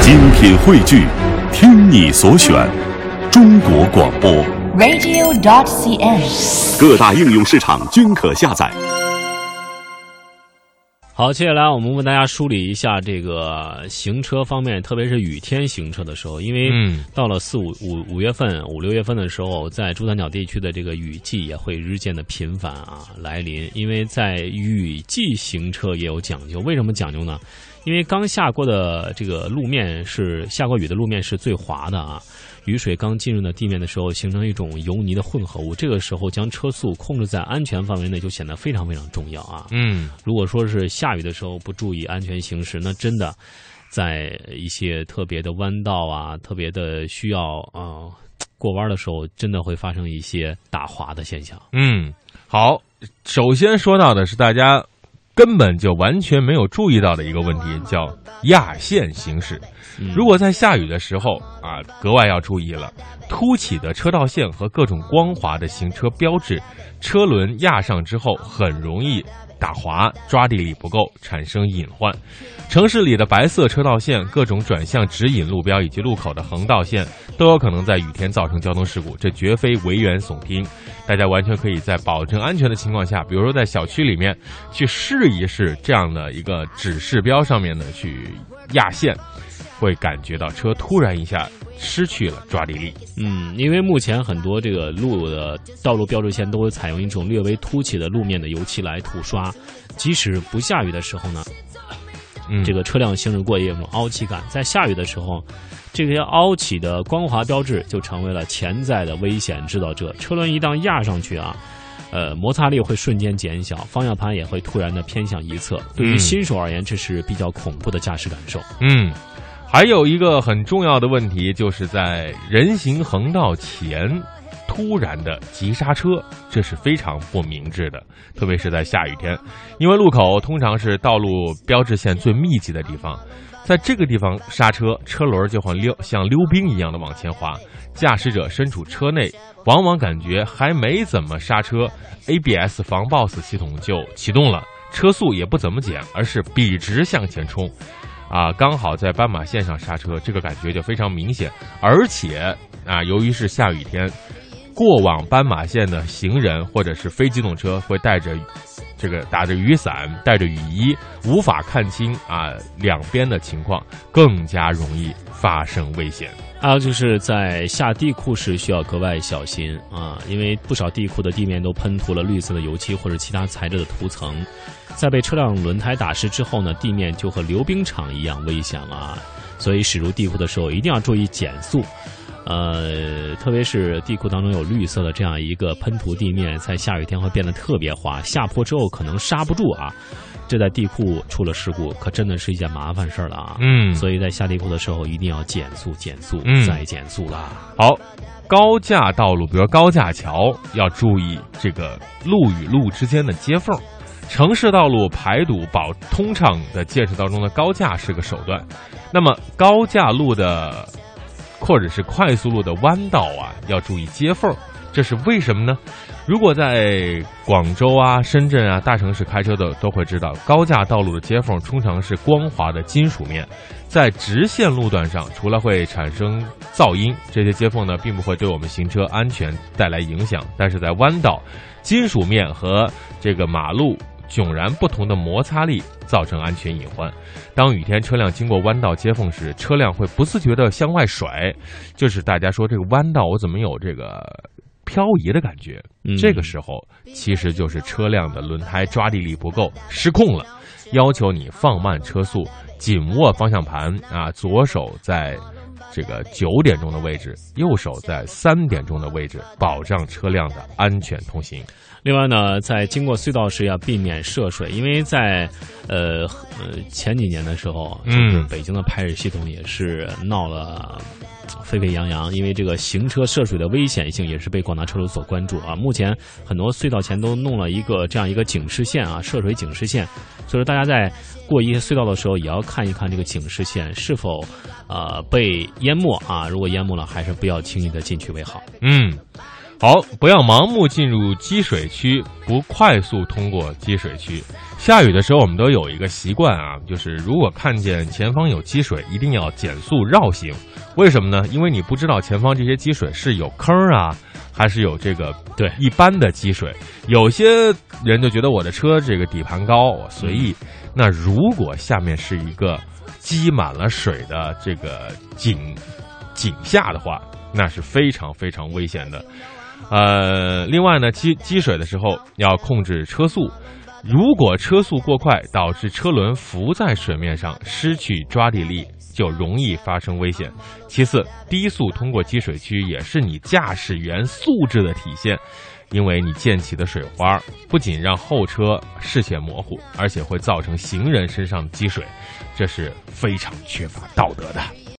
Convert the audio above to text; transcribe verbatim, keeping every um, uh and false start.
精品汇聚，听你所选，中国广播 radio dot c n， 各大应用市场均可下载。 好，接下来我们为大家梳理一下这个行车方面，特别是雨天行车的时候，因为到了四五五五月份、五六月份的时候，在珠三角地区的这个雨季也会日渐的频繁啊来临。因为在雨季行车也有讲究，为什么讲究呢？因为刚下过的这个路面是下过雨的路面是最滑的啊。雨水刚浸润到地面的时候，形成一种油泥的混合物，这个时候将车速控制在安全范围内就显得非常非常重要啊。嗯，如果说是下雨的时候不注意安全行驶，那真的在一些特别的弯道啊，特别的需要啊、呃、过弯的时候，真的会发生一些打滑的现象。 嗯，好，首先说到的是大家根本就完全没有注意到的一个问题，叫压线行驶。如果在下雨的时候啊，格外要注意了，凸起的车道线和各种光滑的行车标志，车轮压上之后很容易打滑，抓地力不够，产生隐患。城市里的白色车道线、各种转向指引路标以及路口的横道线都有可能在雨天造成交通事故，这绝非危言耸听。大家完全可以在保证安全的情况下，比如说在小区里面去试一试这样的一个指示标上面的去压线，会感觉到车突然一下失去了抓地力。 嗯，因为目前很多这个路的道路标志线都会采用一种略微凸起的路面的油漆来涂刷，即使不下雨的时候呢，嗯，这个车辆行驶过也有种凹起感，在下雨的时候，这些凹起的光滑标志就成为了潜在的危险制造者。车轮一旦压上去啊，呃，摩擦力会瞬间减小，方向盘也会突然的偏向一侧。对于新手而言，这是比较恐怖的驾驶感受。 嗯，还有一个很重要的问题，就是在人行横道前突然的急刹车，这是非常不明智的，特别是在下雨天，因为路口通常是道路标志线最密集的地方，在这个地方刹车，车轮就会溜像溜冰一样的往前滑，驾驶者身处车内，往往感觉还没怎么刹车 ，A B S 防抱死系统就启动了，车速也不怎么减，而是笔直向前冲。啊，刚好在斑马线上刹车，这个感觉就非常明显。而且啊，由于是下雨天，过往斑马线的行人或者是非机动车会带着这个打着雨伞，带着雨衣，无法看清啊两边的情况，更加容易发生危险。 还有就是在下地库时需要格外小心啊，因为不少地库的地面都喷涂了绿色的油漆或者其他材质的涂层，在被车辆轮胎打湿之后呢，地面就和溜冰场一样危险了。所以驶入地库的时候一定要注意减速。呃，特别是地库当中有绿色的这样一个喷涂地面，在下雨天会变得特别滑，下坡之后可能刹不住啊。这在地库出了事故，可真的是一件麻烦事儿了啊！嗯，所以在下地库的时候一定要减速、减速、嗯、再减速啦。 好，高架道路，比如高架桥，要注意这个路与路之间的接缝。城市道路排堵保通畅的建设当中的高架是个手段，那么高架路的或者是快速路的弯道啊，要注意接缝。这是为什么呢？如果在广州啊、深圳啊大城市开车的都会知道，高架道路的接缝通常是光滑的金属面，在直线路段上，除了会产生噪音，这些接缝呢并不会对我们行车安全带来影响。但是在弯道，金属面和这个马路迥然不同的摩擦力造成安全隐患。当雨天车辆经过弯道接缝时，车辆会不自觉地向外甩，就是大家说这个弯道我怎么有这个漂移的感觉，嗯、这个时候其实就是车辆的轮胎抓地力不够，失控了，要求你放慢车速，紧握方向盘啊，左手在这个九点钟的位置，右手在三点钟的位置，保障车辆的安全通行。 另外呢，在经过隧道时要避免涉水，因为在呃呃前几年的时候，就是北京的排水系统也是闹了沸沸扬扬，因为这个行车涉水的危险性也是被广大车主所关注啊。目前很多隧道前都弄了一个这样一个警示线啊，涉水警示线，所以说大家在过一些隧道的时候也要看一看这个警示线是否呃被淹没啊，如果淹没了，还是不要轻易的进去为好。 嗯。 好，不要盲目进入积水区，不快速通过积水区。下雨的时候，我们都有一个习惯啊，就是如果看见前方有积水，一定要减速绕行。为什么呢？因为你不知道前方这些积水是有坑啊，还是有这个对一般的积水。有些人就觉得我的车这个底盘高，我随意。嗯、那如果下面是一个积满了水的这个井井下的话，那是非常非常危险的。呃，另外呢，积积水的时候要控制车速，如果车速过快，导致车轮浮在水面上，失去抓地力，就容易发生危险。其次，低速通过积水区也是你驾驶员素质的体现，因为你溅起的水花不仅让后车视线模糊，而且会造成行人身上的积水，这是非常缺乏道德的。